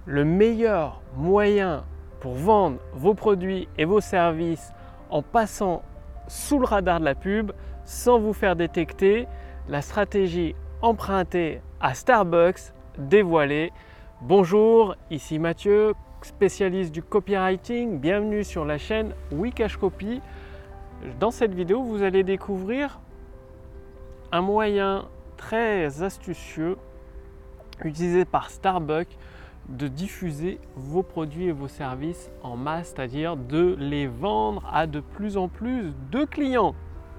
le meilleur moyen pour vendre vos produits et vos services en passant sous le radar de la pub sans vous faire détecter, la stratégie empruntée à Starbucks dévoilée. Bonjour, ici Mathieu, spécialiste du copywriting. Bienvenue sur la chaîne Wikash Copy. Dans cette vidéo, vous allez découvrir un moyen très astucieux utilisé par Starbucks de diffuser vos produits et vos services en masse, c'est-à-dire de les vendre à de plus en plus de clients.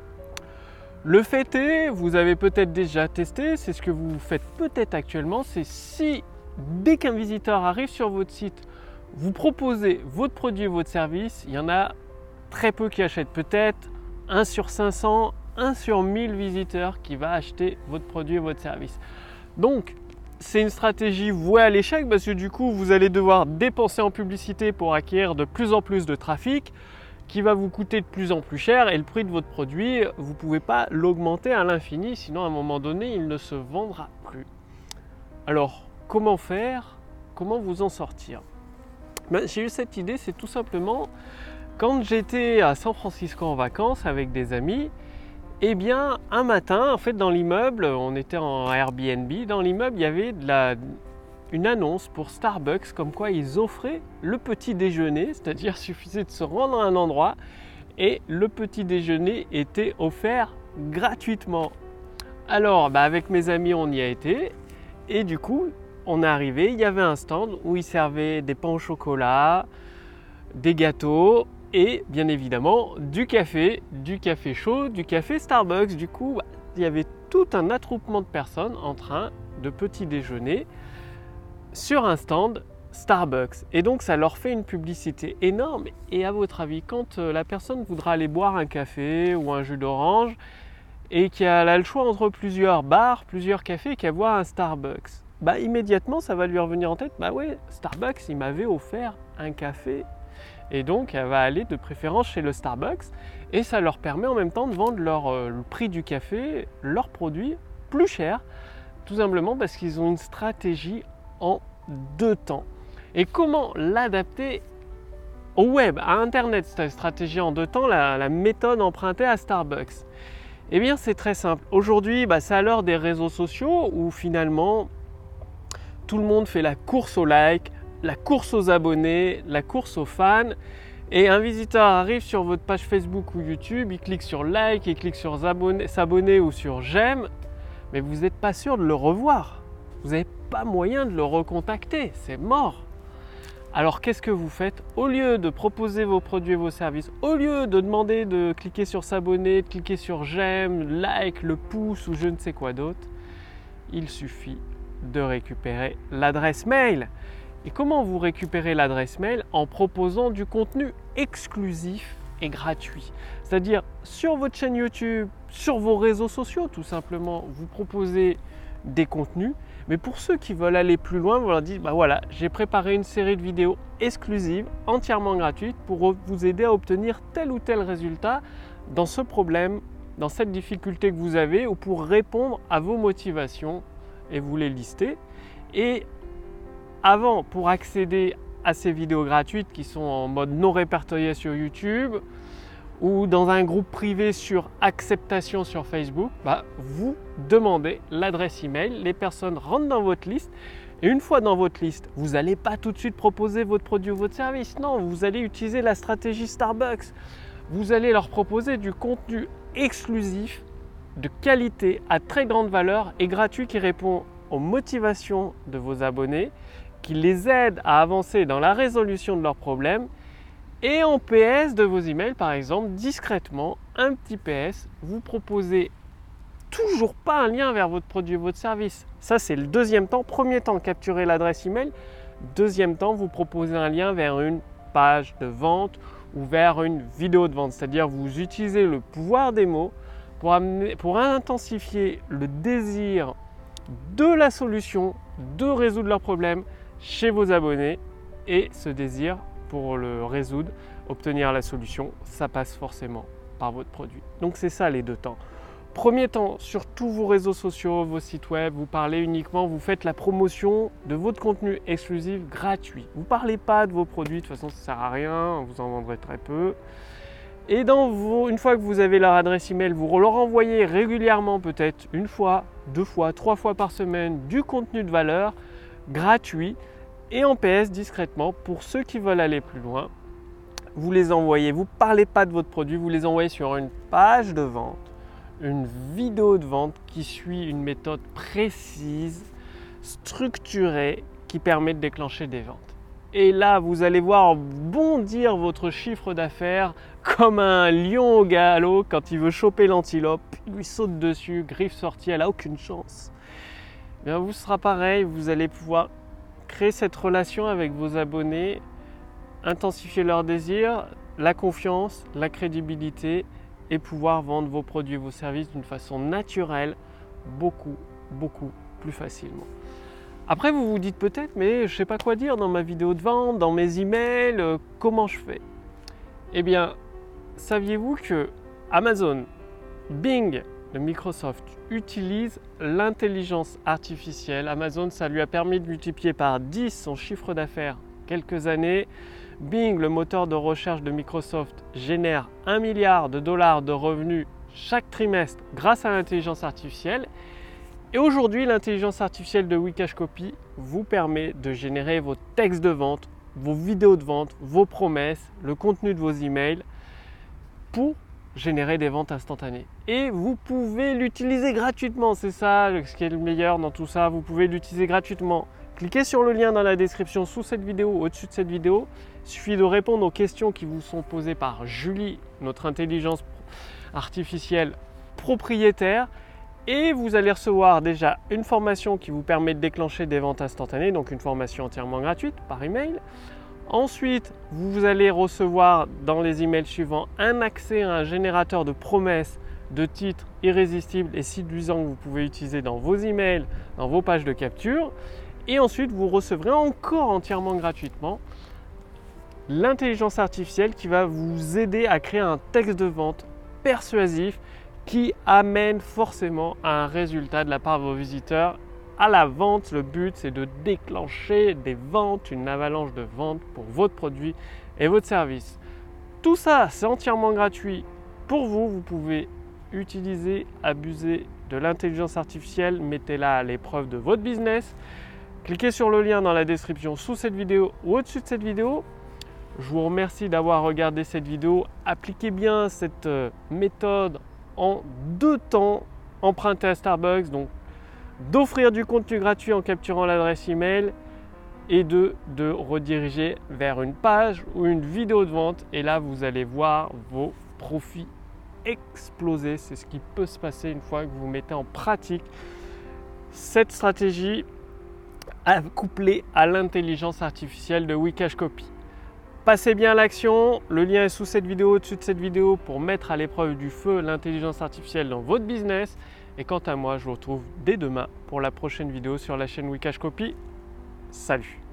Le fait est, vous avez peut-être déjà testé, c'est ce que vous faites peut-être actuellement, c'est si dès qu'un visiteur arrive sur votre site, vous proposez votre produit et votre service, il y en a très peu qui achètent, peut-être 1 sur 500, 1 sur 1000 visiteurs qui va acheter votre produit et votre service. Donc, c'est une stratégie vouée à l'échec parce que du coup, vous allez devoir dépenser en publicité pour acquérir de plus en plus de trafic qui va vous coûter de plus en plus cher et le prix de votre produit, vous ne pouvez pas l'augmenter à l'infini, sinon à un moment donné, il ne se vendra plus. Alors, comment faire? Comment vous en sortir? J'ai eu cette idée, c'est tout simplement quand j'étais à San Francisco en vacances avec des amis. Eh bien, un matin, en fait, dans l'immeuble, on était en Airbnb, dans l'immeuble, il y avait une annonce pour Starbucks comme quoi ils offraient le petit déjeuner, c'est-à-dire suffisait de se rendre à un endroit et le petit déjeuner était offert gratuitement. Alors, avec mes amis, on y a été et du coup, on est arrivé, il y avait un stand où ils servaient des pains au chocolat, des gâteaux, et bien évidemment du café chaud, du café Starbucks. Du coup, il y avait tout un attroupement de personnes en train de petit déjeuner sur un stand Starbucks. Et donc, ça leur fait une publicité énorme. Et à votre avis, quand la personne voudra aller boire un café ou un jus d'orange et qu'elle a le choix entre plusieurs bars, plusieurs cafés, qu'elle voit un Starbucks, immédiatement, ça va lui revenir en tête, ouais, Starbucks, il m'avait offert un café. Et donc, elle va aller de préférence chez le Starbucks et ça leur permet en même temps de vendre le prix du café, leurs produits plus cher, tout simplement parce qu'ils ont une stratégie en 2 temps. Et comment l'adapter au web, à Internet, cette stratégie en 2 temps, la méthode empruntée à Starbucks? Eh bien, c'est très simple. Aujourd'hui, c'est à l'heure des réseaux sociaux où finalement, tout le monde fait la course au like, la course aux abonnés, la course aux fans, et un visiteur arrive sur votre page Facebook ou YouTube, il clique sur like, il clique sur s'abonner ou sur j'aime, mais vous n'êtes pas sûr de le revoir. Vous n'avez pas moyen de le recontacter, c'est mort. Alors qu'est-ce que vous faites? Au lieu de proposer vos produits et vos services, au lieu de demander de cliquer sur s'abonner, de cliquer sur j'aime, like, le pouce ou je ne sais quoi d'autre, il suffit de récupérer l'adresse mail. Et comment vous récupérez l'adresse mail? En proposant du contenu exclusif et gratuit. C'est-à-dire sur votre chaîne YouTube, sur vos réseaux sociaux tout simplement, vous proposez des contenus. Mais pour ceux qui veulent aller plus loin, vous leur dites, voilà, j'ai préparé une série de vidéos exclusives, entièrement gratuites, pour vous aider à obtenir tel ou tel résultat dans ce problème, dans cette difficulté que vous avez, ou pour répondre à vos motivations, et vous les listez. Et avant, pour accéder à ces vidéos gratuites qui sont en mode non répertorié sur YouTube ou dans un groupe privé sur acceptation sur Facebook, vous demandez l'adresse email, les personnes rentrent dans votre liste et une fois dans votre liste, vous n'allez pas tout de suite proposer votre produit ou votre service. Non, vous allez utiliser la stratégie Starbucks. Vous allez leur proposer du contenu exclusif, de qualité, à très grande valeur et gratuit qui répond aux motivations de vos abonnés, qui les aide à avancer dans la résolution de leurs problèmes. Et en PS de vos emails, par exemple, discrètement, un petit PS, vous proposez toujours pas un lien vers votre produit ou votre service. Ça, c'est le deuxième temps. Premier temps, capturer l'adresse email. Deuxième temps, vous proposez un lien vers une page de vente ou vers une vidéo de vente. C'est-à-dire, vous utilisez le pouvoir des mots pour intensifier le désir de la solution, de résoudre leurs problèmes chez vos abonnés, et ce désir pour le résoudre, obtenir la solution, ça passe forcément par votre produit. Donc c'est ça les 2 temps. Premier temps, sur tous vos réseaux sociaux, vos sites web, vous parlez uniquement, vous faites la promotion de votre contenu exclusif gratuit. Vous ne parlez pas de vos produits, de toute façon ça ne sert à rien, vous en vendrez très peu. Et une fois que vous avez leur adresse email, vous leur envoyez régulièrement, peut-être une fois, 2 fois, 3 fois par semaine, du contenu de valeur gratuit et en PS discrètement pour ceux qui veulent aller plus loin. Vous les envoyez, vous ne parlez pas de votre produit, vous les envoyez sur une page de vente, une vidéo de vente qui suit une méthode précise, structurée, qui permet de déclencher des ventes. Et là, vous allez voir bondir votre chiffre d'affaires comme un lion au galop quand il veut choper l'antilope. Il lui saute dessus, griffe sortie, elle n'a aucune chance. Bien, vous sera pareil, vous allez pouvoir créer cette relation avec vos abonnés, intensifier leur désir, la confiance, la crédibilité et pouvoir vendre vos produits et vos services d'une façon naturelle, beaucoup plus facilement. Après, vous vous dites peut-être, mais je ne sais pas quoi dire dans ma vidéo de vente, dans mes emails, comment je fais? Eh bien, saviez-vous que Amazon, Bing de Microsoft utilise l'intelligence artificielle? Amazon, ça lui a permis de multiplier par 10 son chiffre d'affaires quelques années. Bing, le moteur de recherche de Microsoft, génère 1 milliard de dollars de revenus chaque trimestre grâce à l'intelligence artificielle. Et aujourd'hui, l'intelligence artificielle de Wikashcopy vous permet de générer vos textes de vente, vos vidéos de vente, vos promesses, le contenu de vos emails pour générer des ventes instantanées. Et vous pouvez l'utiliser gratuitement, c'est ça ce qui est le meilleur dans tout ça, vous pouvez l'utiliser gratuitement. Cliquez sur le lien dans la description sous cette vidéo, au-dessus de cette vidéo. Il suffit de répondre aux questions qui vous sont posées par Julie, notre intelligence artificielle propriétaire. Et vous allez recevoir déjà une formation qui vous permet de déclencher des ventes instantanées, donc une formation entièrement gratuite par email. Ensuite, vous allez recevoir dans les emails suivants un accès à un générateur de promesses, de titres irrésistibles et séduisants que vous pouvez utiliser dans vos emails, dans vos pages de capture. Et ensuite, vous recevrez encore entièrement gratuitement l'intelligence artificielle qui va vous aider à créer un texte de vente persuasif qui amène forcément à un résultat de la part de vos visiteurs à la vente. Le but, c'est de déclencher des ventes, une avalanche de ventes pour votre produit et votre service. Tout ça, c'est entièrement gratuit pour vous. Vous pouvez utiliser, abuser de l'intelligence artificielle, mettez-la à l'épreuve de votre business. Cliquez sur le lien dans la description sous cette vidéo ou au-dessus de cette vidéo. Je vous remercie d'avoir regardé cette vidéo. Appliquez bien cette méthode en 2 temps emprunté à Starbucks, donc d'offrir du contenu gratuit en capturant l'adresse email et de rediriger vers une page ou une vidéo de vente. Et là, vous allez voir vos profits exploser. C'est ce qui peut se passer une fois que vous mettez en pratique cette stratégie couplée à l'intelligence artificielle de Wikashcopy. Passez bien à l'action, le lien est sous cette vidéo, au-dessus de cette vidéo pour mettre à l'épreuve du feu l'intelligence artificielle dans votre business. Et quant à moi, je vous retrouve dès demain pour la prochaine vidéo sur la chaîne Wikashcopy. Salut!